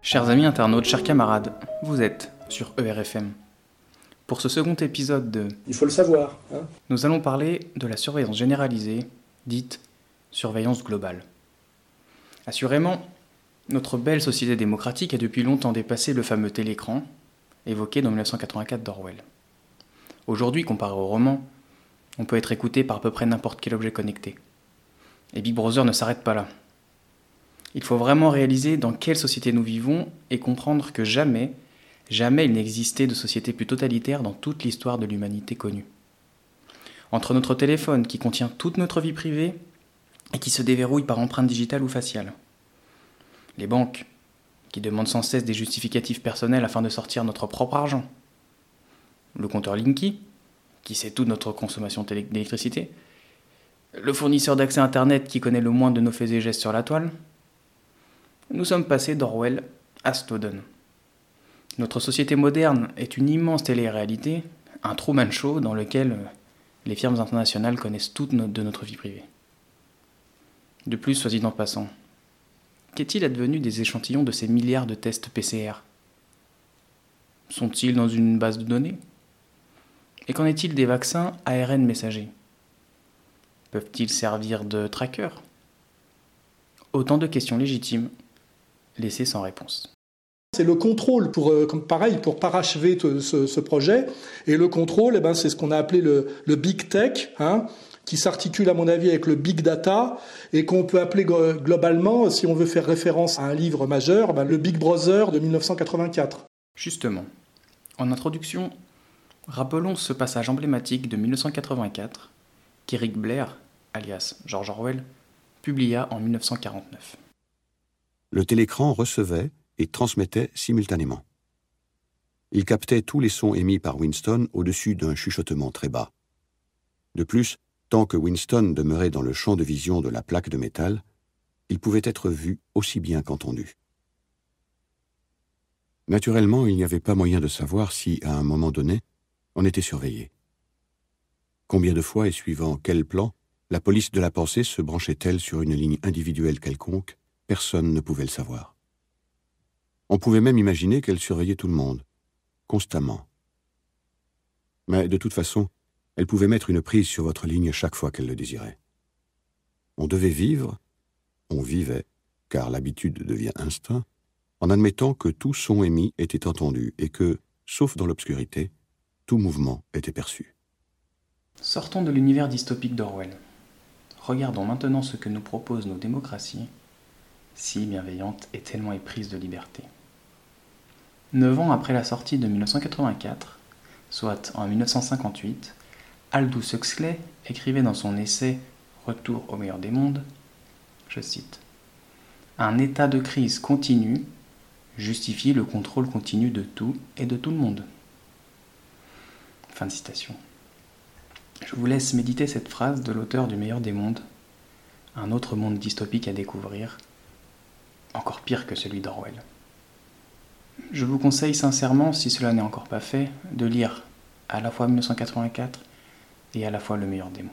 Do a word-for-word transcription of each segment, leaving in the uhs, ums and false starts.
Chers amis internautes, chers camarades, vous êtes sur E R F M. Pour ce second épisode de Il faut le savoir. Hein. Nous allons parler de la surveillance généralisée, dite surveillance globale. Assurément, notre belle société démocratique a depuis longtemps dépassé le fameux télécran, évoqué dans mille neuf cent quatre-vingt-quatre d'Orwell. Aujourd'hui, comparé au roman, on peut être écouté par à peu près n'importe quel objet connecté. Et Big Brother ne s'arrête pas là. Il faut vraiment réaliser dans quelle société nous vivons et comprendre que jamais, jamais il n'existait de société plus totalitaire dans toute l'histoire de l'humanité connue. Entre notre téléphone qui contient toute notre vie privée et qui se déverrouille par empreinte digitale ou faciale, les banques qui demandent sans cesse des justificatifs personnels afin de sortir notre propre argent, le compteur Linky qui sait toute notre consommation d'électricité, le fournisseur d'accès Internet qui connaît le moins de nos faits et gestes sur la toile. Nous sommes passés d'Orwell à Snowden. Notre société moderne est une immense télé-réalité, un Truman Show dans lequel les firmes internationales connaissent toute no- de notre vie privée. De plus, soit dit en passant, qu'est-il advenu des échantillons de ces milliards de tests P C R ? Sont-ils dans une base de données ? Et qu'en est-il des vaccins A R N messagers ? Peuvent-ils servir de tracker ? Autant de questions légitimes, laissées sans réponse. C'est le contrôle, pour, euh, comme pareil, pour parachever t- ce, ce projet. Et le contrôle, eh ben, c'est ce qu'on a appelé le, le Big Tech, hein, qui s'articule à mon avis avec le Big Data, et qu'on peut appeler go- globalement, si on veut faire référence à un livre majeur, ben, le Big Brother de mille neuf cent quatre-vingt-quatre. Justement, en introduction, rappelons ce passage emblématique de mille neuf cent quatre-vingt-quatre qu'Eric Blair, alias George Orwell, publia en mille neuf cent quarante-neuf. Le télécran recevait et transmettait simultanément. Il captait tous les sons émis par Winston au-dessus d'un chuchotement très bas. De plus, tant que Winston demeurait dans le champ de vision de la plaque de métal, il pouvait être vu aussi bien qu'entendu. Naturellement, il n'y avait pas moyen de savoir si, à un moment donné, on était surveillé. Combien de fois et suivant quel plan, la police de la pensée se branchait-elle sur une ligne individuelle quelconque, personne ne pouvait le savoir. On pouvait même imaginer qu'elle surveillait tout le monde, constamment. Mais de toute façon, elle pouvait mettre une prise sur votre ligne chaque fois qu'elle le désirait. On devait vivre, on vivait, car l'habitude devient instinct, en admettant que tout son émis était entendu et que, sauf dans l'obscurité, tout mouvement était perçu. Sortons de l'univers dystopique d'Orwell. Regardons maintenant ce que nous proposent nos démocraties, si bienveillantes et tellement éprises de liberté. Neuf ans après la sortie de mille neuf cent quatre-vingt-quatre, soit en mille neuf cent cinquante-huit, Aldous Huxley écrivait dans son essai « Retour au meilleur des mondes », je cite, « Un état de crise continu justifie le contrôle continu de tout et de tout le monde. » Fin de citation. Je vous laisse méditer cette phrase de l'auteur du meilleur des mondes, un autre monde dystopique à découvrir, encore pire que celui d'Orwell. Je vous conseille sincèrement, si cela n'est encore pas fait, de lire à la fois mille neuf cent quatre-vingt-quatre et à la fois le meilleur des mondes.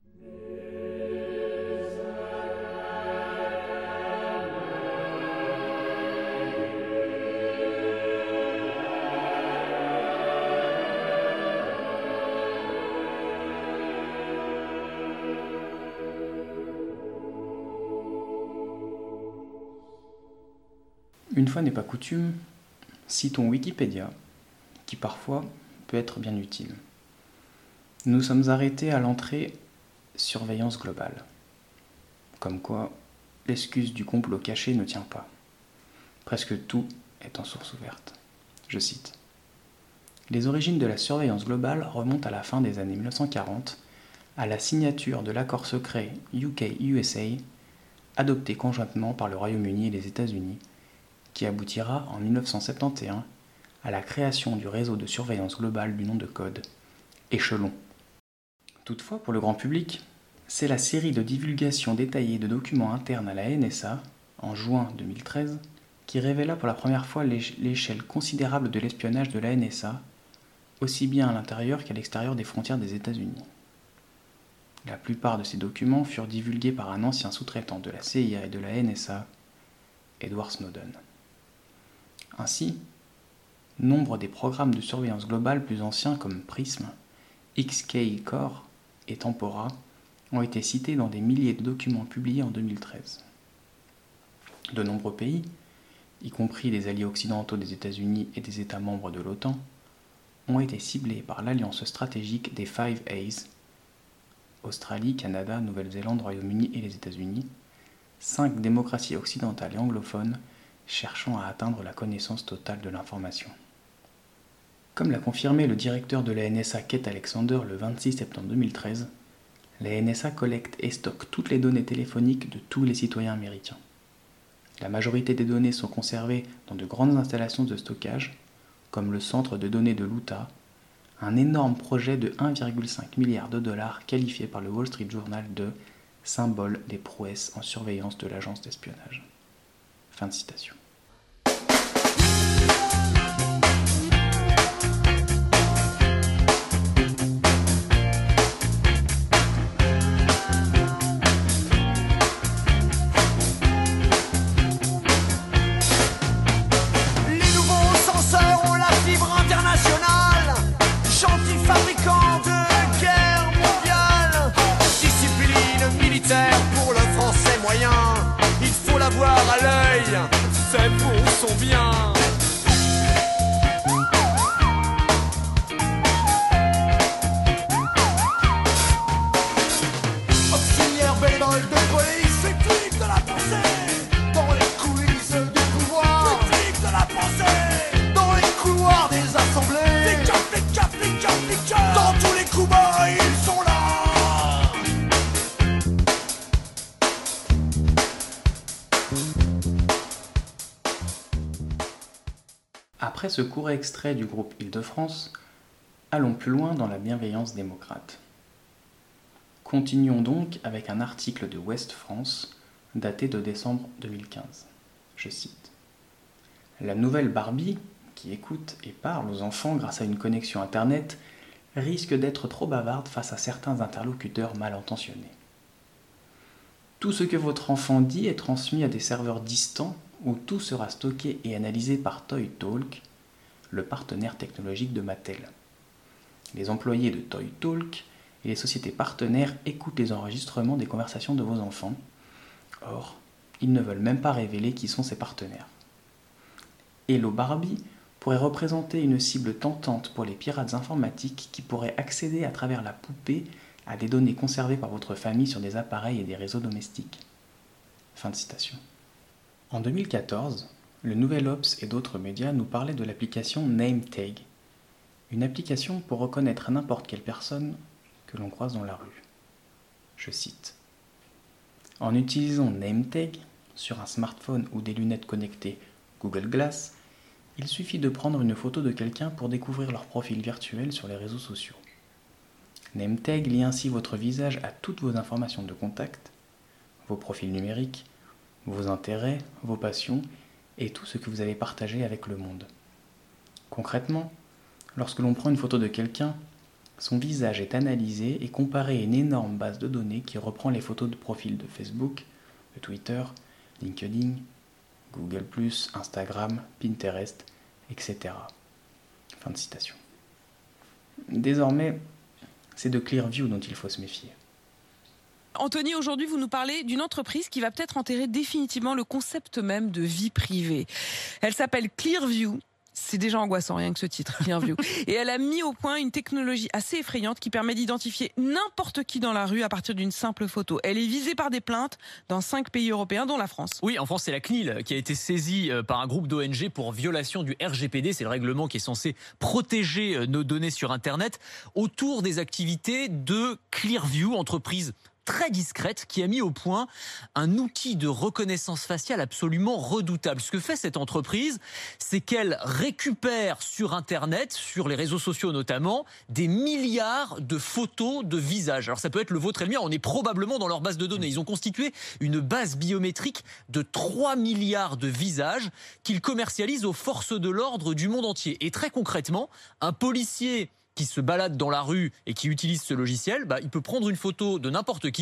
Une fois n'est pas coutume, citons Wikipédia, qui parfois peut être bien utile. Nous sommes arrêtés à l'entrée « Surveillance globale ». Comme quoi, l'excuse du complot caché ne tient pas. Presque tout est en source ouverte. Je cite. « Les origines de la surveillance globale remontent à la fin des années mille neuf cent quarante, à la signature de l'accord secret U K U S A, adopté conjointement par le Royaume-Uni et les États-Unis, qui aboutira en mille neuf cent soixante-onze à la création du réseau de surveillance globale du nom de code, Échelon. Toutefois, pour le grand public, c'est la série de divulgations détaillées de documents internes à la N S A, en juin deux mille treize, qui révéla pour la première fois l'échelle considérable de l'espionnage de la N S A, aussi bien à l'intérieur qu'à l'extérieur des frontières des États-Unis. La plupart de ces documents furent divulgués par un ancien sous-traitant de la C I A et de la N S A, Edward Snowden. Ainsi, nombre des programmes de surveillance globale plus anciens comme Prism, X K Core et Tempora ont été cités dans des milliers de documents publiés en deux mille treize. De nombreux pays, y compris les alliés occidentaux des États-Unis et des États membres de l'OTAN, ont été ciblés par l'alliance stratégique des Five A's, Australie, Canada, Nouvelle-Zélande, Royaume-Uni et les États-Unis, cinq démocraties occidentales et anglophones cherchant à atteindre la connaissance totale de l'information. Comme l'a confirmé le directeur de la N S A Keith Alexander le vingt-six septembre deux mille treize, la N S A collecte et stocke toutes les données téléphoniques de tous les citoyens américains. La majorité des données sont conservées dans de grandes installations de stockage, comme le centre de données de l'Utah, un énorme projet de un virgule cinq milliard de dollars qualifié par le Wall Street Journal de « symbole des prouesses en surveillance de l'agence d'espionnage ». Fin de citation. Pour le français moyen, il faut l'avoir à l'œil, c'est pour son bien. Auxiliaire bénévole de police, critique de la pensée, dans les coulisses du pouvoir, critique de la pensée, dans les couloirs des assemblées, flic-up, flic-up, flic-up, flic-up, dans tous les coups bas, ils sont là. Après ce court extrait du groupe Île-de-France, allons plus loin dans la bienveillance démocrate. Continuons donc avec un article de Ouest France daté de décembre deux mille quinze. Je cite. « La nouvelle Barbie, qui écoute et parle aux enfants grâce à une connexion Internet, risque d'être trop bavarde face à certains interlocuteurs mal intentionnés. Tout ce que votre enfant dit est transmis à des serveurs distants où tout sera stocké et analysé par ToyTalk, le partenaire technologique de Mattel. Les employés de ToyTalk et les sociétés partenaires écoutent les enregistrements des conversations de vos enfants. Or, ils ne veulent même pas révéler qui sont ces partenaires. Hello Barbie pourrait représenter une cible tentante pour les pirates informatiques qui pourraient accéder à travers la poupée à des données conservées par votre famille sur des appareils et des réseaux domestiques. » Fin de citation. En deux mille quatorze, le Nouvel Obs et d'autres médias nous parlaient de l'application NameTag, une application pour reconnaître n'importe quelle personne que l'on croise dans la rue. Je cite. « En utilisant NameTag sur un smartphone ou des lunettes connectées Google Glass, il suffit de prendre une photo de quelqu'un pour découvrir leur profil virtuel sur les réseaux sociaux. NameTag lie ainsi votre visage à toutes vos informations de contact, vos profils numériques, vos intérêts, vos passions et tout ce que vous avez partagé avec le monde. Concrètement, lorsque l'on prend une photo de quelqu'un, son visage est analysé et comparé à une énorme base de données qui reprend les photos de profil de Facebook, de Twitter, LinkedIn, Google plus, Instagram, Pinterest, et cetera. Fin de citation. Désormais, c'est de Clearview dont il faut se méfier. Anthony, aujourd'hui, vous nous parlez d'une entreprise qui va peut-être enterrer définitivement le concept même de vie privée. Elle s'appelle Clearview. C'est déjà angoissant, rien que ce titre, Clearview. Et elle a mis au point une technologie assez effrayante qui permet d'identifier n'importe qui dans la rue à partir d'une simple photo. Elle est visée par des plaintes dans cinq pays européens, dont la France. Oui, en France, c'est la C N I L qui a été saisie par un groupe d'O N G pour violation du R G P D. C'est le règlement qui est censé protéger nos données sur Internet autour des activités de Clearview, entreprise très discrète qui a mis au point un outil de reconnaissance faciale absolument redoutable. Ce que fait cette entreprise, c'est qu'elle récupère sur Internet, sur les réseaux sociaux notamment, des milliards de photos de visages. Alors ça peut être le vôtre et le mien, on est probablement dans leur base de données. Ils ont constitué une base biométrique de trois milliards de visages qu'ils commercialisent aux forces de l'ordre du monde entier. Et très concrètement, un policier qui se balade dans la rue et qui utilise ce logiciel, bah, il peut prendre une photo de n'importe qui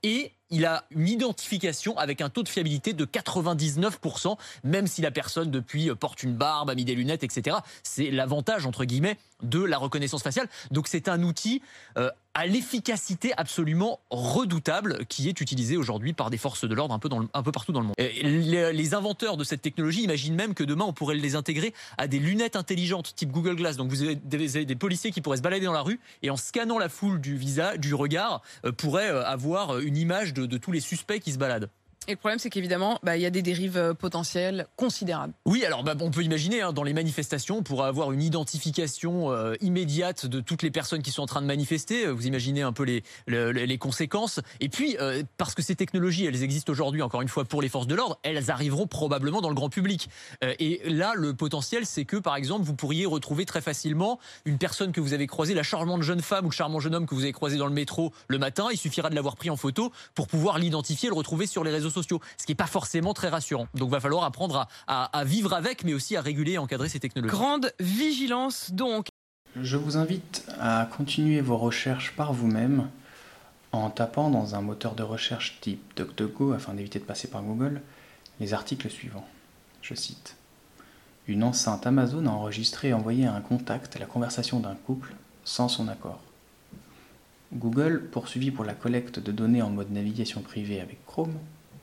et il a une identification avec un taux de fiabilité de quatre-vingt-dix-neuf pour cent, même si la personne depuis porte une barbe, a mis des lunettes, et cetera. C'est l'avantage, entre guillemets, de la reconnaissance faciale. Donc c'est un outil euh, à l'efficacité absolument redoutable qui est utilisé aujourd'hui par des forces de l'ordre un peu, dans le, un peu partout dans le monde. Et les, les inventeurs de cette technologie imaginent même que demain on pourrait les intégrer à des lunettes intelligentes type Google Glass. Donc vous avez des, vous avez des policiers qui pourraient se balader dans la rue et en scannant la foule du visage, du regard, euh, pourraient euh, avoir une image de, de tous les suspects qui se baladent. Et le problème, c'est qu'évidemment, bah, il y a des dérives potentielles considérables. Oui, alors bah, on peut imaginer, hein, dans les manifestations, on pourrait avoir une identification euh, immédiate de toutes les personnes qui sont en train de manifester. Vous imaginez un peu les, les, les conséquences. Et puis, euh, parce que ces technologies, elles existent aujourd'hui, encore une fois, pour les forces de l'ordre, elles arriveront probablement dans le grand public. Euh, et là, le potentiel, c'est que, par exemple, vous pourriez retrouver très facilement une personne que vous avez croisée, la charmante jeune femme ou le charmant jeune homme que vous avez croisé dans le métro le matin. Il suffira de l'avoir pris en photo pour pouvoir l'identifier et le retrouver sur les réseaux sociaux, ce qui n'est pas forcément très rassurant. Donc il va falloir apprendre à, à, à vivre avec, mais aussi à réguler et encadrer ces technologies. Grande vigilance donc. Je vous invite à continuer vos recherches par vous-même en tapant dans un moteur de recherche type DuckDuckGo afin d'éviter de passer par Google les articles suivants. Je cite. Une enceinte Amazon a enregistré et envoyé à un contact la conversation d'un couple sans son accord. Google poursuivi pour la collecte de données en mode navigation privée avec Chrome.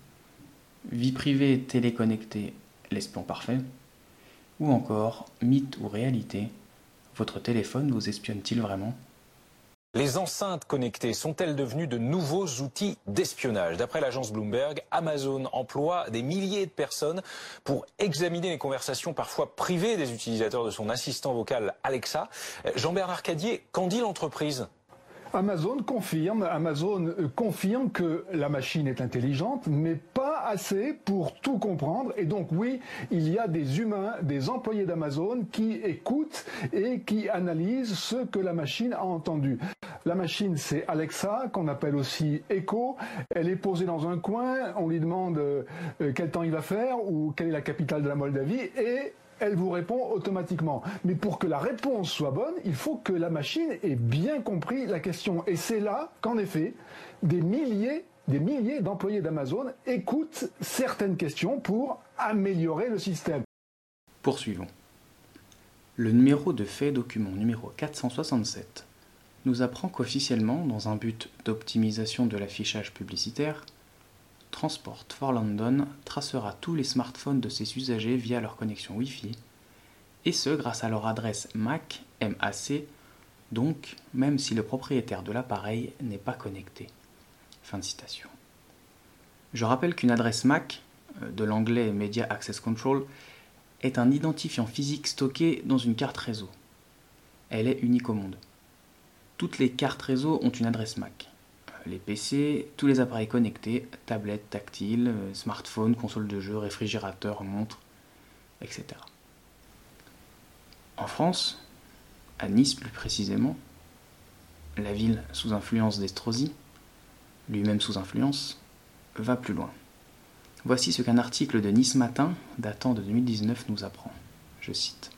Vie privée téléconnectée, l'espion parfait. Ou encore, mythe ou réalité, votre téléphone vous espionne-t-il vraiment ? Les enceintes connectées sont-elles devenues de nouveaux outils d'espionnage ? D'après l'agence Bloomberg, Amazon emploie des milliers de personnes pour examiner les conversations parfois privées des utilisateurs de son assistant vocal Alexa. Jean-Bernard Cadier, qu'en dit l'entreprise ? Amazon confirme, Amazon confirme que la machine est intelligente, mais pas assez pour tout comprendre. Et donc oui, il y a des humains, des employés d'Amazon qui écoutent et qui analysent ce que la machine a entendu. La machine, c'est Alexa, qu'on appelle aussi Echo. Elle est posée dans un coin, on lui demande euh, quel temps il va faire ou quelle est la capitale de la Moldavie et elle vous répond automatiquement. Mais pour que la réponse soit bonne, il faut que la machine ait bien compris la question. Et c'est là qu'en effet, des milliers, des milliers d'employés d'Amazon écoutent certaines questions pour améliorer le système. Poursuivons. Le numéro de fait document numéro quatre cent soixante-sept nous apprend qu'officiellement, dans un but d'optimisation de l'affichage publicitaire, Transport for London tracera tous les smartphones de ses usagers via leur connexion Wi-Fi, et ce grâce à leur adresse M A C, M A C, donc même si le propriétaire de l'appareil n'est pas connecté. Fin de citation. Je rappelle qu'une adresse M A C, de l'anglais Media Access Control, est un identifiant physique stocké dans une carte réseau. Elle est unique au monde. Toutes les cartes réseau ont une adresse M A C. Les P C, tous les appareils connectés, tablettes tactiles, smartphones, consoles de jeux, réfrigérateurs, montres, et cetera. En France, à Nice plus précisément, la ville sous influence d'Estrosi, lui-même sous influence, va plus loin. Voici ce qu'un article de Nice Matin, datant de deux mille dix-neuf, nous apprend. Je cite.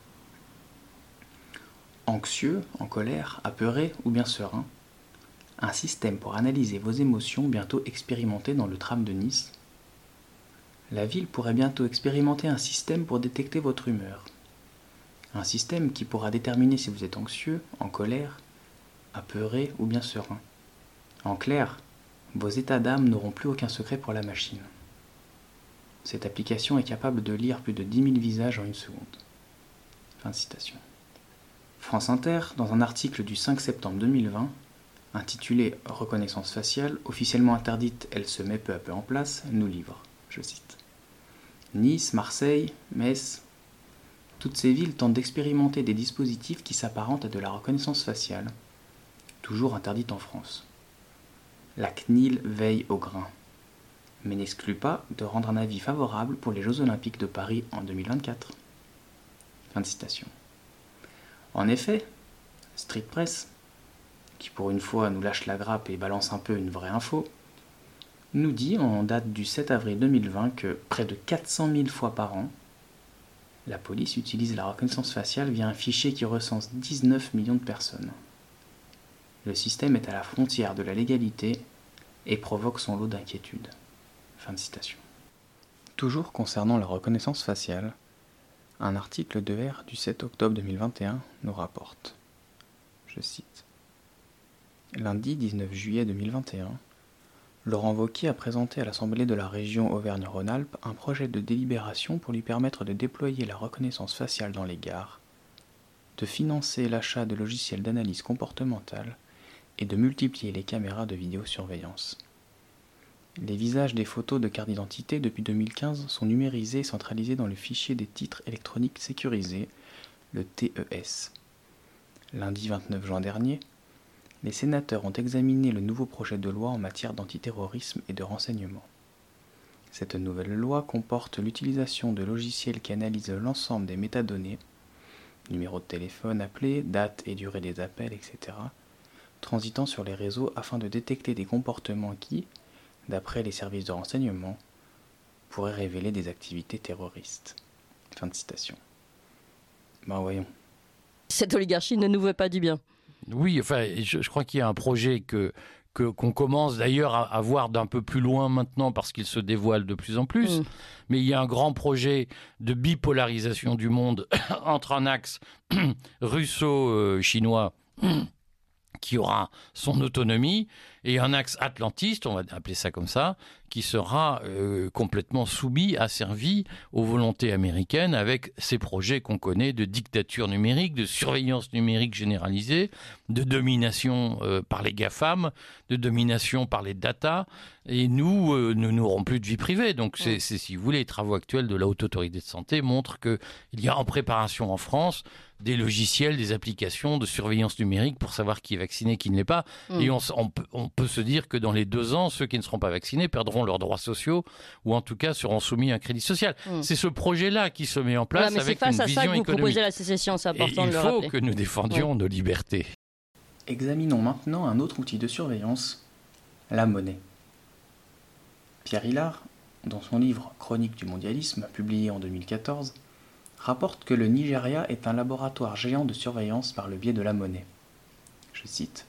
Anxieux, en colère, apeuré ou bien serein, un système pour analyser vos émotions bientôt expérimenté dans le tram de Nice. La ville pourrait bientôt expérimenter un système pour détecter votre humeur. Un système qui pourra déterminer si vous êtes anxieux, en colère, apeuré ou bien serein. En clair, vos états d'âme n'auront plus aucun secret pour la machine. Cette application est capable de lire plus de dix mille visages en une seconde. Fin de citation. France Inter, dans un article du cinq septembre deux mille vingt, intitulé « Reconnaissance faciale, officiellement interdite, elle se met peu à peu en place », nous livre, je cite. Nice, Marseille, Metz, toutes ces villes tentent d'expérimenter des dispositifs qui s'apparentent à de la reconnaissance faciale, toujours interdite en France. La C N I L veille au grain, mais n'exclut pas de rendre un avis favorable pour les Jeux Olympiques de Paris en deux mille vingt-quatre. Fin de citation. En effet, Street Press, qui pour une fois nous lâche la grappe et balance un peu une vraie info, nous dit en date du sept avril deux mille vingt que près de quatre cent mille fois par an, la police utilise la reconnaissance faciale via un fichier qui recense dix-neuf millions de personnes. Le système est à la frontière de la légalité et provoque son lot d'inquiétudes. Fin de citation. Toujours concernant la reconnaissance faciale, un article de R du sept octobre deux mille vingt et un nous rapporte, je cite, « Lundi dix-neuf juillet deux mille vingt et un, Laurent Wauquiez a présenté à l'Assemblée de la région Auvergne-Rhône-Alpes un projet de délibération pour lui permettre de déployer la reconnaissance faciale dans les gares, de financer l'achat de logiciels d'analyse comportementale et de multiplier les caméras de vidéosurveillance. Les visages des photos de carte d'identité depuis deux mille quinze sont numérisés et centralisés dans le fichier des titres électroniques sécurisés, le T E S. Lundi vingt-neuf juin dernier, les sénateurs ont examiné le nouveau projet de loi en matière d'antiterrorisme et de renseignement. Cette nouvelle loi comporte l'utilisation de logiciels qui analysent l'ensemble des métadonnées, numéro de téléphone appelé, date et durée des appels, et cetera, transitant sur les réseaux afin de détecter des comportements qui, d'après les services de renseignement, pourraient révéler des activités terroristes. Fin de citation. Ben voyons. Cette oligarchie ne nous veut pas du bien. Oui, enfin, je, je crois qu'il y a un projet que, que, qu'on commence d'ailleurs à, à voir d'un peu plus loin maintenant parce qu'il se dévoile de plus en plus. Mmh. Mais il y a un grand projet de bipolarisation du monde entre un axe russo-chinois qui aura son autonomie et un axe atlantiste, on va appeler ça comme ça, qui sera euh, complètement soumis, asservi aux volontés américaines avec ces projets qu'on connaît de dictature numérique, de surveillance numérique généralisée, de domination euh, par les GAFAM, de domination par les data. Et nous, euh, nous n'aurons plus de vie privée. Donc, c'est, c'est, si vous voulez, les travaux actuels de la Haute Autorité de Santé montrent qu'il y a en préparation en France des logiciels, des applications de surveillance numérique pour savoir qui est vacciné, qui ne l'est pas. Mmh. Et on, on, peut, on peut se dire que dans les deux ans, ceux qui ne seront pas vaccinés perdront leurs droits sociaux ou en tout cas seront soumis à un crédit social. Mmh. C'est ce projet-là qui se met en place voilà, avec une vision économique. C'est face à ça que vous proposez la sécession, c'est important de le rappeler. Il faut que nous défendions ouais. nos libertés. Examinons maintenant un autre outil de surveillance, la monnaie. Pierre Hillard, dans son livre « Chronique du mondialisme », publié en deux mille quatorze, rapporte que le Nigeria est un laboratoire géant de surveillance par le biais de la monnaie. Je cite.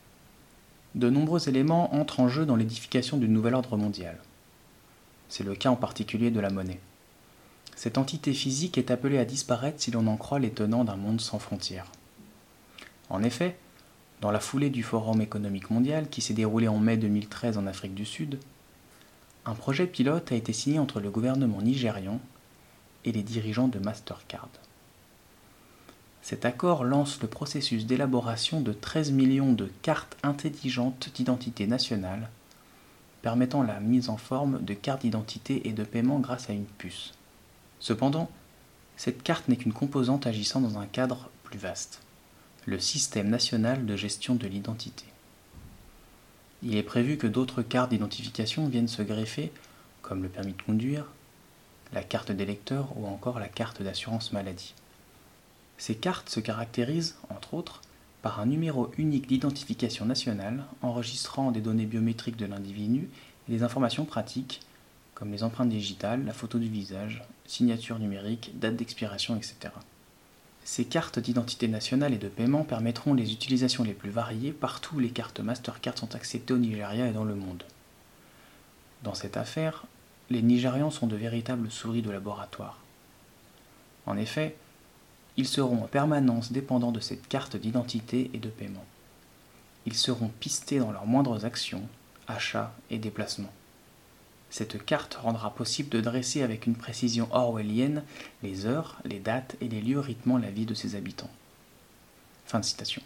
« De nombreux éléments entrent en jeu dans l'édification du nouvel ordre mondial. C'est le cas en particulier de la monnaie. Cette entité physique est appelée à disparaître si l'on en croit les tenants d'un monde sans frontières. En effet, dans la foulée du Forum économique mondial qui s'est déroulé en mai deux mille treize en Afrique du Sud, un projet pilote a été signé entre le gouvernement nigérian et les dirigeants de Mastercard. Cet accord lance le processus d'élaboration de treize millions de cartes intelligentes d'identité nationale, permettant la mise en forme de cartes d'identité et de paiement grâce à une puce. Cependant, cette carte n'est qu'une composante agissant dans un cadre plus vaste, le système national de gestion de l'identité. Il est prévu que d'autres cartes d'identification viennent se greffer, comme le permis de conduire, la carte d'électeur ou encore la carte d'assurance maladie. Ces cartes se caractérisent, entre autres, par un numéro unique d'identification nationale enregistrant des données biométriques de l'individu et des informations pratiques, comme les empreintes digitales, la photo du visage, signature numérique, date d'expiration, et cetera. Ces cartes d'identité nationale et de paiement permettront les utilisations les plus variées partout où les cartes Mastercard sont acceptées au Nigeria et dans le monde. Dans cette affaire, les Nigérians sont de véritables souris de laboratoire. En effet, ils seront en permanence dépendants de cette carte d'identité et de paiement. Ils seront pistés dans leurs moindres actions, achats et déplacements. Cette carte rendra possible de dresser avec une précision orwellienne les heures, les dates et les lieux rythmant la vie de ses habitants. Fin de citation.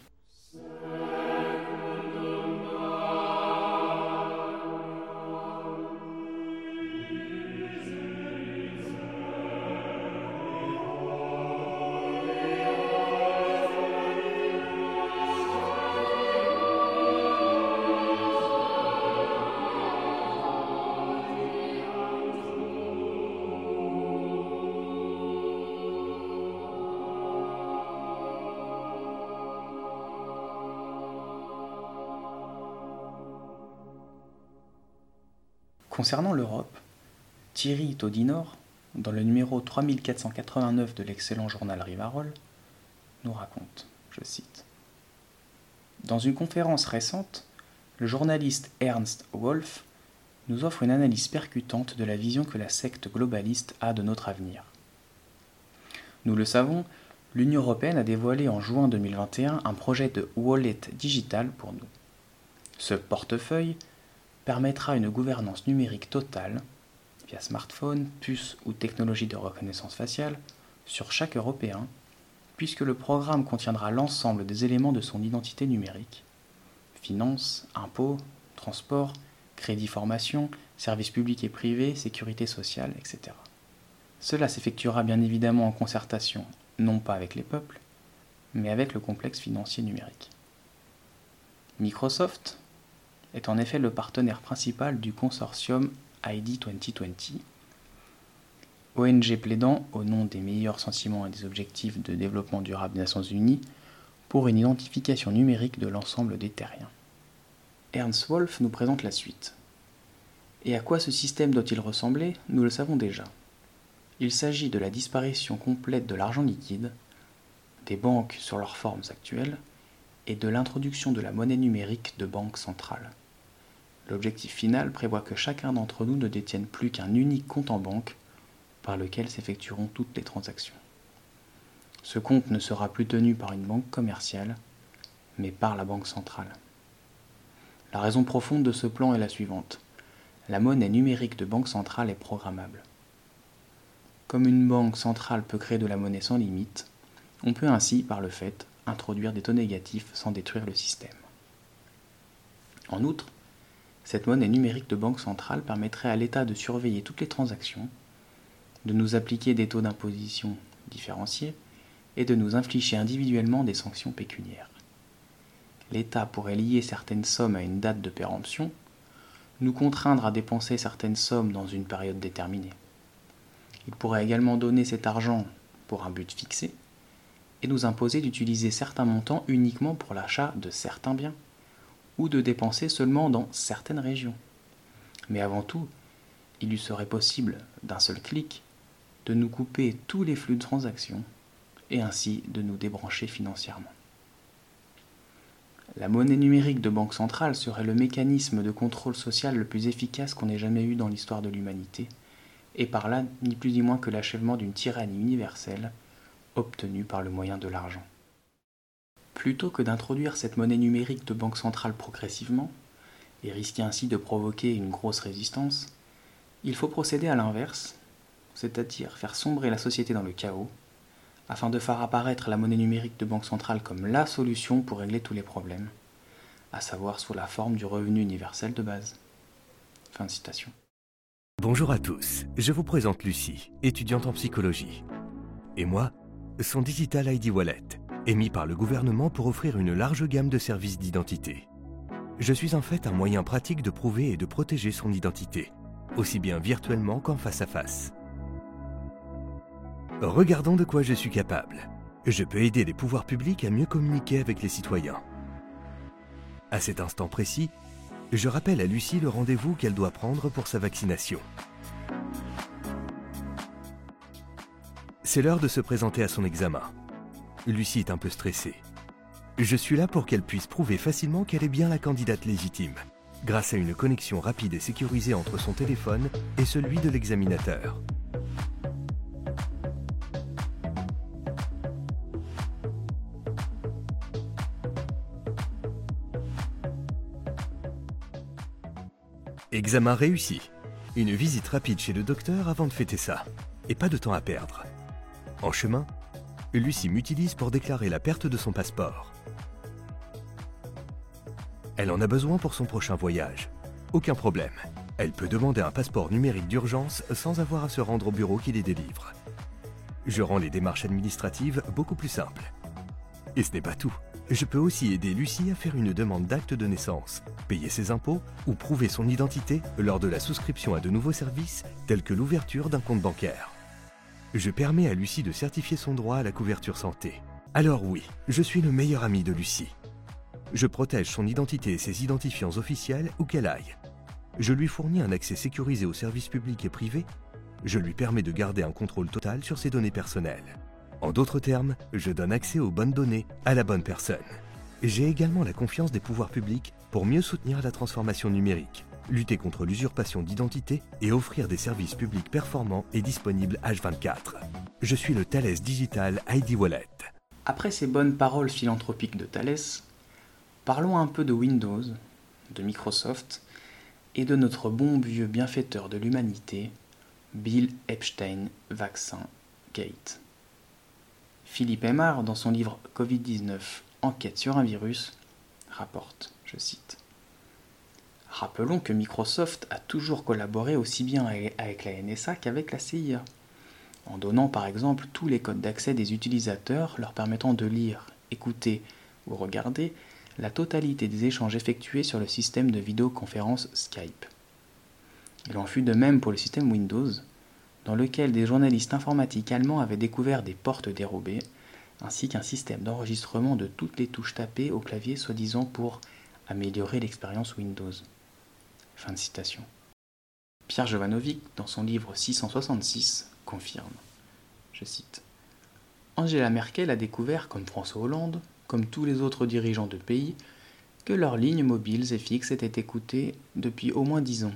Concernant l'Europe, Thierry Taudinor, dans le numéro trois mille quatre cent quatre-vingt-neuf de l'excellent journal Rivarol, nous raconte, je cite, « Dans une conférence récente, le journaliste Ernst Wolf nous offre une analyse percutante de la vision que la secte globaliste a de notre avenir. Nous le savons, l'Union européenne a dévoilé en juin deux mille vingt et un un projet de wallet digital pour nous. Ce portefeuille permettra une gouvernance numérique totale, via smartphone, puce ou technologie de reconnaissance faciale, sur chaque Européen, puisque le programme contiendra l'ensemble des éléments de son identité numérique, finances, impôts, transports, crédit formation, services publics et privés, sécurité sociale, et cetera. Cela s'effectuera bien évidemment en concertation, non pas avec les peuples, mais avec le complexe financier numérique. Microsoft est en effet le partenaire principal du consortium I D vingt vingt, O N G plaidant au nom des meilleurs sentiments et des objectifs de développement durable des Nations Unies pour une identification numérique de l'ensemble des terriens. Ernst Wolf nous présente la suite. Et à quoi ce système doit-il ressembler? Nous le savons déjà. Il s'agit de la disparition complète de l'argent liquide, des banques sur leurs formes actuelles, et de l'introduction de la monnaie numérique de banque centrale. L'objectif final prévoit que chacun d'entre nous ne détienne plus qu'un unique compte en banque par lequel s'effectueront toutes les transactions. Ce compte ne sera plus tenu par une banque commerciale, mais par la banque centrale. La raison profonde de ce plan est la suivante. La monnaie numérique de banque centrale est programmable. Comme une banque centrale peut créer de la monnaie sans limite, on peut ainsi, par le fait, introduire des taux négatifs sans détruire le système. En outre, cette monnaie numérique de banque centrale permettrait à l'État de surveiller toutes les transactions, de nous appliquer des taux d'imposition différenciés et de nous infliger individuellement des sanctions pécuniaires. L'État pourrait lier certaines sommes à une date de péremption, nous contraindre à dépenser certaines sommes dans une période déterminée. Il pourrait également donner cet argent pour un but fixé et nous imposer d'utiliser certains montants uniquement pour l'achat de certains biens ou de dépenser seulement dans certaines régions. Mais avant tout, il lui serait possible, d'un seul clic, de nous couper tous les flux de transactions et ainsi de nous débrancher financièrement. La monnaie numérique de banque centrale serait le mécanisme de contrôle social le plus efficace qu'on ait jamais eu dans l'histoire de l'humanité, et par là ni plus ni moins que l'achèvement d'une tyrannie universelle obtenue par le moyen de l'argent. Plutôt que d'introduire cette monnaie numérique de banque centrale progressivement, et risquer ainsi de provoquer une grosse résistance, il faut procéder à l'inverse, c'est-à-dire faire sombrer la société dans le chaos, afin de faire apparaître la monnaie numérique de banque centrale comme la solution pour régler tous les problèmes, à savoir sous la forme du revenu universel de base. Fin de citation. Bonjour à tous, je vous présente Lucie, étudiante en psychologie. Et moi, son Digital I D Wallet, émis par le gouvernement pour offrir une large gamme de services d'identité. Je suis en fait un moyen pratique de prouver et de protéger son identité, aussi bien virtuellement qu'en face à face. Regardons de quoi je suis capable. Je peux aider les pouvoirs publics à mieux communiquer avec les citoyens. À cet instant précis, je rappelle à Lucie le rendez-vous qu'elle doit prendre pour sa vaccination. C'est l'heure de se présenter à son examen. Lucie est un peu stressée. Je suis là pour qu'elle puisse prouver facilement qu'elle est bien la candidate légitime, grâce à une connexion rapide et sécurisée entre son téléphone et celui de l'examinateur. Examen réussi. Une visite rapide chez le docteur avant de fêter ça. Et pas de temps à perdre. En chemin, Lucie m'utilise pour déclarer la perte de son passeport. Elle en a besoin pour son prochain voyage. Aucun problème. Elle peut demander un passeport numérique d'urgence sans avoir à se rendre au bureau qui les délivre. Je rends les démarches administratives beaucoup plus simples. Et ce n'est pas tout. Je peux aussi aider Lucie à faire une demande d'acte de naissance, payer ses impôts ou prouver son identité lors de la souscription à de nouveaux services tels que l'ouverture d'un compte bancaire. Je permets à Lucie de certifier son droit à la couverture santé. Alors oui, je suis le meilleur ami de Lucie. Je protège son identité et ses identifiants officiels où qu'elle aille. Je lui fournis un accès sécurisé aux services publics et privés. Je lui permets de garder un contrôle total sur ses données personnelles. En d'autres termes, je donne accès aux bonnes données à la bonne personne. J'ai également la confiance des pouvoirs publics pour mieux soutenir la transformation numérique, lutter contre l'usurpation d'identité et offrir des services publics performants et disponibles H vingt-quatre. Je suis le Thales Digital I D Wallet. Après ces bonnes paroles philanthropiques de Thales, parlons un peu de Windows, de Microsoft et de notre bon vieux bienfaiteur de l'humanité, Bill Epstein, vaccin Gate. Philippe Aymar, dans son livre covid dix-neuf, Enquête sur un virus, rapporte, je cite, « Rappelons que Microsoft a toujours collaboré aussi bien avec la N S A qu'avec la C I A, en donnant par exemple tous les codes d'accès des utilisateurs leur permettant de lire, écouter ou regarder la totalité des échanges effectués sur le système de vidéoconférence Skype. Il en fut de même pour le système Windows, dans lequel des journalistes informatiques allemands avaient découvert des portes dérobées, ainsi qu'un système d'enregistrement de toutes les touches tapées au clavier soi-disant pour améliorer l'expérience Windows. » Fin de citation. Pierre Jovanovic, dans son livre six cent soixante-six, confirme, je cite, « Angela Merkel a découvert, comme François Hollande, comme tous les autres dirigeants de pays, que leurs lignes mobiles et fixes étaient écoutées depuis au moins dix ans.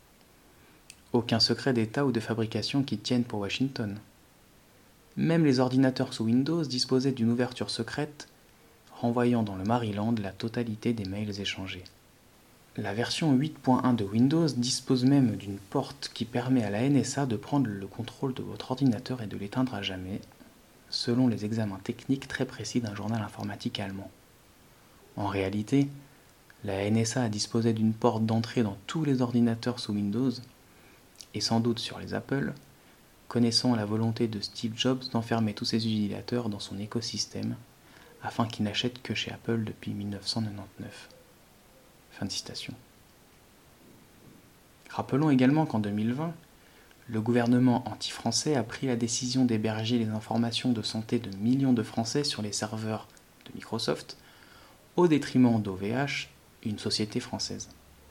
Aucun secret d'État ou de fabrication qui tienne pour Washington. Même les ordinateurs sous Windows disposaient d'une ouverture secrète, renvoyant dans le Maryland la totalité des mails échangés. La version huit point un de Windows dispose même d'une porte qui permet à la N S A de prendre le contrôle de votre ordinateur et de l'éteindre à jamais, selon les examens techniques très précis d'un journal informatique allemand. En réalité, la N S A disposait d'une porte d'entrée dans tous les ordinateurs sous Windows, et sans doute sur les Apple, connaissant la volonté de Steve Jobs d'enfermer tous ses utilisateurs dans son écosystème, afin qu'ils n'achètent que chez Apple depuis mille neuf cent quatre-vingt-dix-neuf. Fin de citation. Rappelons également qu'en deux mille vingt, le gouvernement anti-français a pris la décision d'héberger les informations de santé de millions de Français sur les serveurs de Microsoft, au détriment d'O V H, une société française.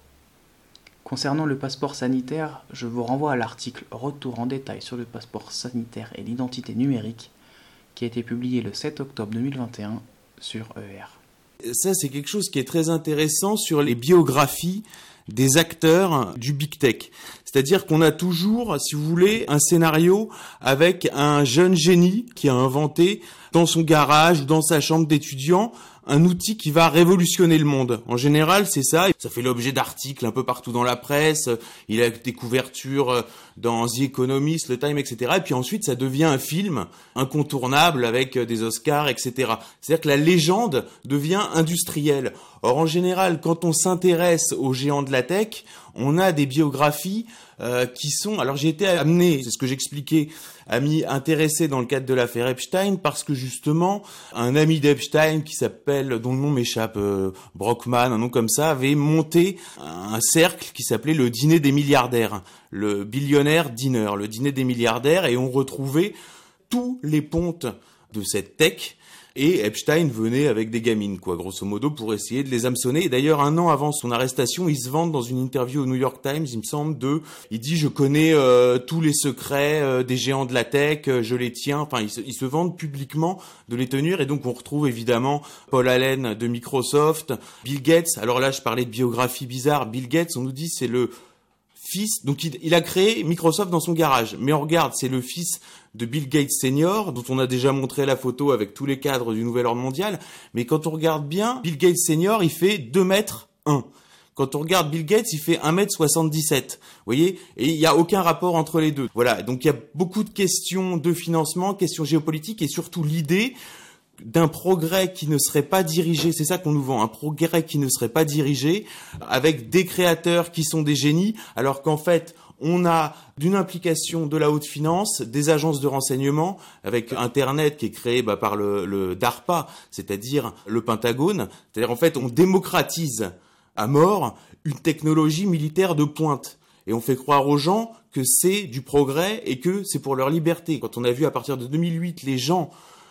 Concernant le passeport sanitaire, je vous renvoie à l'article « Retour en détail sur le passeport sanitaire et l'identité numérique » qui a été publié le sept octobre deux mille vingt et un sur E R. Ça, c'est quelque chose qui est très intéressant sur les biographies des acteurs du Big Tech. C'est-à-dire qu'on a toujours, si vous voulez, un scénario avec un jeune génie qui a inventé dans son garage ou dans sa chambre d'étudiant un outil qui va révolutionner le monde. En général, c'est ça. Ça fait l'objet d'articles un peu partout dans la presse. Il a des couvertures dans The Economist, le Time, et cetera. Et puis ensuite, ça devient un film incontournable avec des Oscars, et cetera. C'est-à-dire que la légende devient industrielle. Or, en général, quand on s'intéresse aux géants de la tech, on a des biographies euh, qui sont... Alors, j'ai été amené, c'est ce que j'expliquais, à m'y intéresser dans le cadre de l'affaire Epstein, parce que justement, un ami d'Epstein qui s'appelle, dont le nom m'échappe, euh, Brockman, un nom comme ça, avait monté un cercle qui s'appelait le dîner des milliardaires, le billionaire dinner, le dîner des milliardaires, et on retrouvait tous les pontes de cette tech. Et Epstein venait avec des gamines, quoi, grosso modo, pour essayer de les hameçonner. Et d'ailleurs, un an avant son arrestation, il se vante dans une interview au New York Times, il me semble, de... Il dit « Je connais euh, tous les secrets euh, des géants de la tech, euh, je les tiens. » Enfin, il se, il se vante publiquement de les tenir. Et donc, on retrouve évidemment Paul Allen de Microsoft, Bill Gates. Alors là, je parlais de biographie bizarre. Bill Gates, on nous dit, c'est le fils... Donc, il, il a créé Microsoft dans son garage. Mais on regarde, c'est le fils de Bill Gates Senior, dont on a déjà montré la photo avec tous les cadres du Nouvel Ordre Mondial. Mais quand on regarde bien, Bill Gates Senior, il fait deux mètres un. Quand on regarde Bill Gates, il fait un mètre soixante-dix-sept. Vous voyez? Et il n'y a aucun rapport entre les deux. Voilà. Donc, il y a beaucoup de questions de financement, questions géopolitiques et surtout l'idée d'un progrès qui ne serait pas dirigé, c'est ça qu'on nous vend, un progrès qui ne serait pas dirigé avec des créateurs qui sont des génies, alors qu'en fait, on a d'une implication de la haute finance, des agences de renseignement, avec Internet qui est créé bah, par le, le DARPA, c'est-à-dire le Pentagone. C'est-à-dire en fait, on démocratise à mort une technologie militaire de pointe. Et on fait croire aux gens que c'est du progrès et que c'est pour leur liberté. Quand on a vu à partir de deux mille huit les gens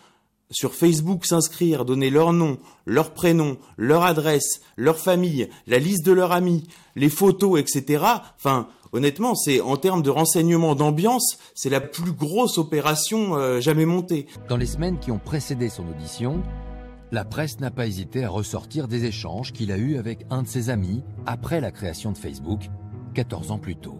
sur Facebook s'inscrire, donner leur nom, leur prénom, leur adresse, leur famille, la liste de leurs amis, les photos, et cetera. Enfin, honnêtement, c'est en termes de renseignement d'ambiance, c'est la plus grosse opération euh, jamais montée. Dans les semaines qui ont précédé son audition, la presse n'a pas hésité à ressortir des échanges qu'il a eus avec un de ses amis après la création de Facebook, quatorze ans plus tôt.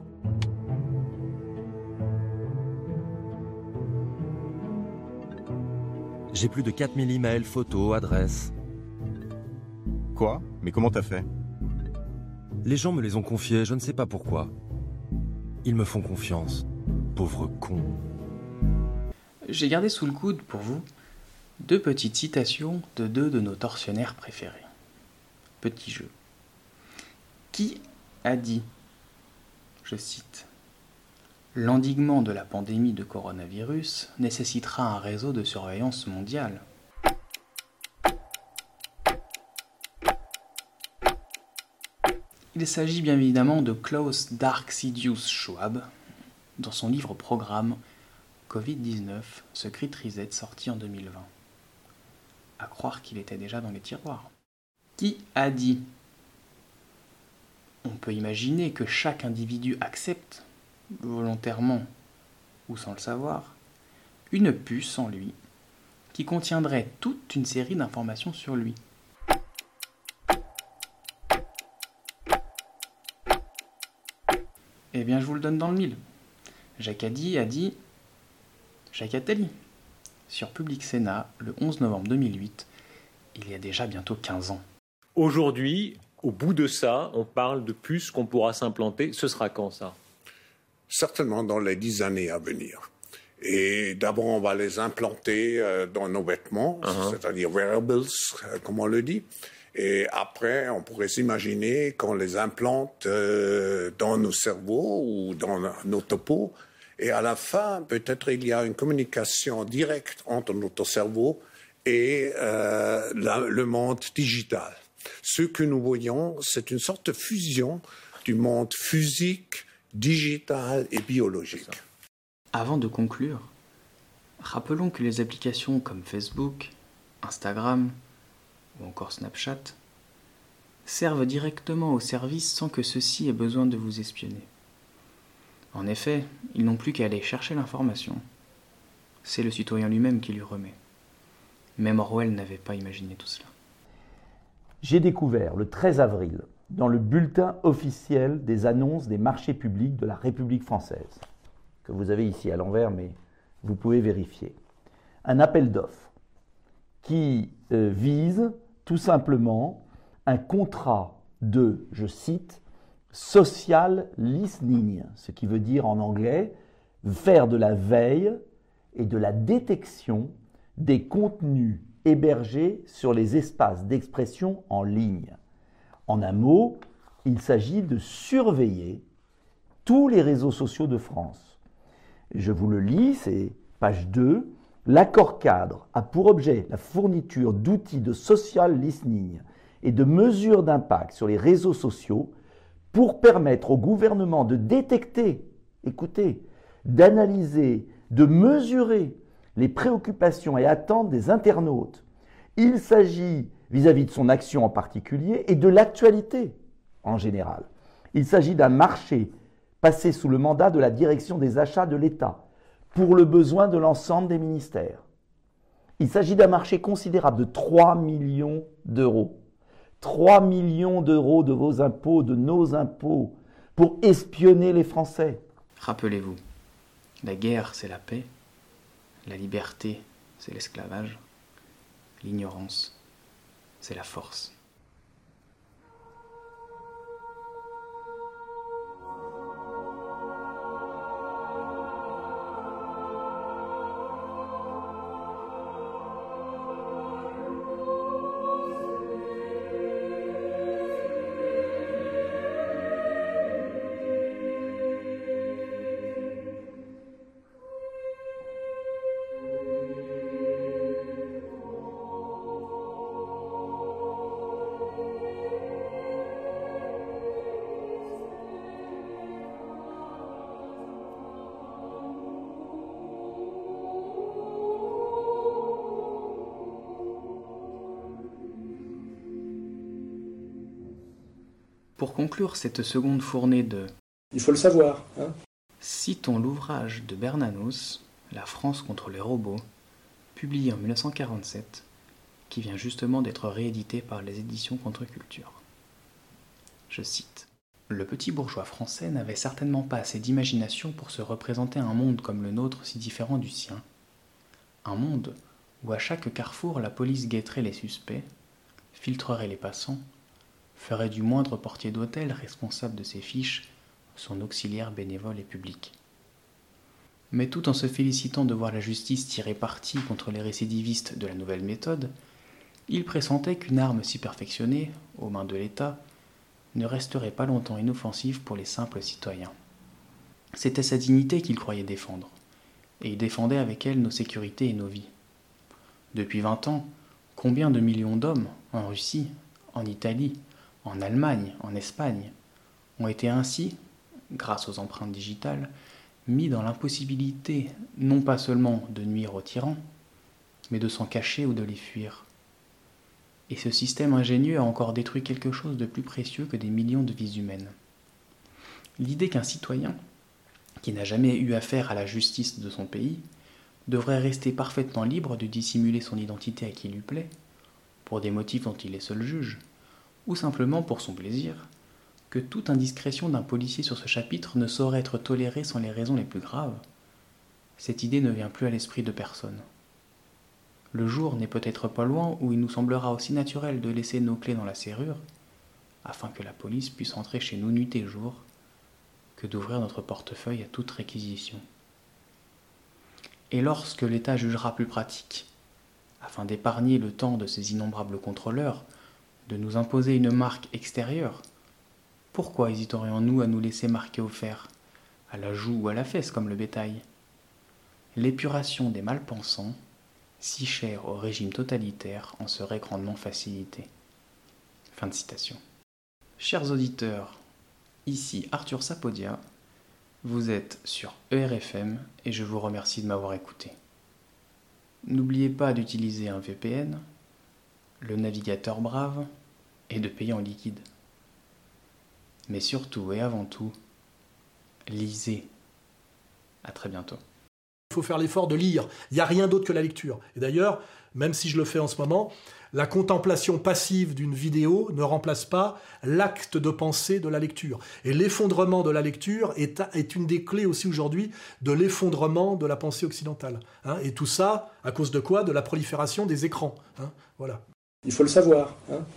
J'ai plus de quatre mille emails, photos, adresses. Quoi? Mais comment t'as fait? Les gens me les ont confiés, je ne sais pas pourquoi. Ils me font confiance. Pauvre con. J'ai gardé sous le coude, pour vous, deux petites citations de deux de nos tortionnaires préférés. Petit jeu. Qui a dit, je cite, « L'endiguement de la pandémie de coronavirus nécessitera un réseau de surveillance mondiale. » Il s'agit bien évidemment de Klaus Dark Sidious Schwab, dans son livre programme covid dix-neuf, Secret Reset, sorti en deux mille vingt. À croire qu'il était déjà dans les tiroirs. Qui a dit? On peut imaginer que chaque individu accepte, volontairement ou sans le savoir, une puce en lui qui contiendrait toute une série d'informations sur lui. Eh bien, je vous le donne dans le mille. Jacques Attali a dit Jacques Attali sur Public Sénat le onze novembre deux mille huit, il y a déjà bientôt quinze ans. Aujourd'hui, au bout de ça, on parle de puces qu'on pourra s'implanter. Ce sera quand ça? Certainement dans les dix années à venir. Et d'abord, on va les implanter euh, dans nos vêtements, uh-huh. c'est-à-dire wearables, euh, comme on le dit. Et après, on pourrait s'imaginer qu'on les implante euh, dans nos cerveaux ou dans nos topos. Et à la fin, peut-être il y a une communication directe entre notre cerveau et euh, la, le monde digital. Ce que nous voyons, c'est une sorte de fusion du monde physique, digital et biologique. Avant de conclure, rappelons que les applications comme Facebook, Instagram ou encore Snapchat servent directement au service sans que ceux-ci aient besoin de vous espionner. En effet, ils n'ont plus qu'à aller chercher l'information. C'est le citoyen lui-même qui lui remet. Même Orwell n'avait pas imaginé tout cela. J'ai découvert le treize avril, dans le bulletin officiel des annonces des marchés publics de la République française, que vous avez ici à l'envers, mais vous pouvez vérifier, un appel d'offres qui euh, vise tout simplement un contrat de, je cite, social listening, ce qui veut dire en anglais faire de la veille et de la détection des contenus hébergés sur les espaces d'expression en ligne. En un mot, il s'agit de surveiller tous les réseaux sociaux de France. Je vous le lis, c'est page deux. L'accord cadre a pour objet la fourniture d'outils de social listening et de mesures d'impact sur les réseaux sociaux pour permettre au gouvernement de détecter, écoutez, d'analyser, de mesurer les préoccupations et attentes des internautes. Il s'agit, vis-à-vis de son action en particulier, et de l'actualité en général. Il s'agit d'un marché passé sous le mandat de la direction des achats de l'État pour le besoin de l'ensemble des ministères. Il s'agit d'un marché considérable de trois millions d'euros. trois millions d'euros de vos impôts, de nos impôts, pour espionner les Français. Rappelez-vous, la guerre, c'est la paix. La liberté, c'est l'esclavage. L'ignorance, c'est la force. Pour conclure cette seconde fournée de « Il faut le savoir hein », citons l'ouvrage de Bernanos, La France contre les robots, publié en mille neuf cent quarante-sept, qui vient justement d'être réédité par les éditions Contre-Culture. Je cite. « Le petit bourgeois français n'avait certainement pas assez d'imagination pour se représenter un monde comme le nôtre si différent du sien. Un monde où à chaque carrefour la police guetterait les suspects, filtrerait les passants, ferait du moindre portier d'hôtel responsable de ses fiches son auxiliaire bénévole et public. Mais tout en se félicitant de voir la justice tirer parti contre les récidivistes de la nouvelle méthode, il pressentait qu'une arme si perfectionnée, aux mains de l'État, ne resterait pas longtemps inoffensive pour les simples citoyens. C'était sa dignité qu'il croyait défendre, et il défendait avec elle nos sécurités et nos vies. Depuis vingt ans, combien de millions d'hommes, en Russie, en Italie, en Allemagne, en Espagne, ont été ainsi, grâce aux empreintes digitales, mis dans l'impossibilité non pas seulement de nuire aux tyrans, mais de s'en cacher ou de les fuir. Et ce système ingénieux a encore détruit quelque chose de plus précieux que des millions de vies humaines. L'idée qu'un citoyen, qui n'a jamais eu affaire à la justice de son pays, devrait rester parfaitement libre de dissimuler son identité à qui lui plaît, pour des motifs dont il est seul juge, ou simplement pour son plaisir, que toute indiscrétion d'un policier sur ce chapitre ne saurait être tolérée sans les raisons les plus graves, cette idée ne vient plus à l'esprit de personne. Le jour n'est peut-être pas loin où il nous semblera aussi naturel de laisser nos clés dans la serrure, afin que la police puisse entrer chez nous nuit et jour, que d'ouvrir notre portefeuille à toute réquisition. Et lorsque l'État jugera plus pratique, afin d'épargner le temps de ces innombrables contrôleurs, de nous imposer une marque extérieure, pourquoi hésiterions-nous à nous laisser marquer au fer, à la joue ou à la fesse comme le bétail? L'épuration des mal-pensants, si chère au régime totalitaire, en serait grandement facilitée. » Fin de citation. Chers auditeurs, ici Arthur Sapodia, vous êtes sur E R F M et je vous remercie de m'avoir écouté. N'oubliez pas d'utiliser un V P N, le navigateur Brave et de payer en liquide. Mais surtout et avant tout, lisez. À très bientôt. Il faut faire l'effort de lire. Il n'y a rien d'autre que la lecture. Et d'ailleurs, même si je le fais en ce moment, la contemplation passive d'une vidéo ne remplace pas l'acte de pensée de la lecture. Et l'effondrement de la lecture est, est une des clés aussi aujourd'hui de l'effondrement de la pensée occidentale. Hein, et tout ça, à cause de quoi? De la prolifération des écrans. Hein, voilà. Il faut le savoir. Hein.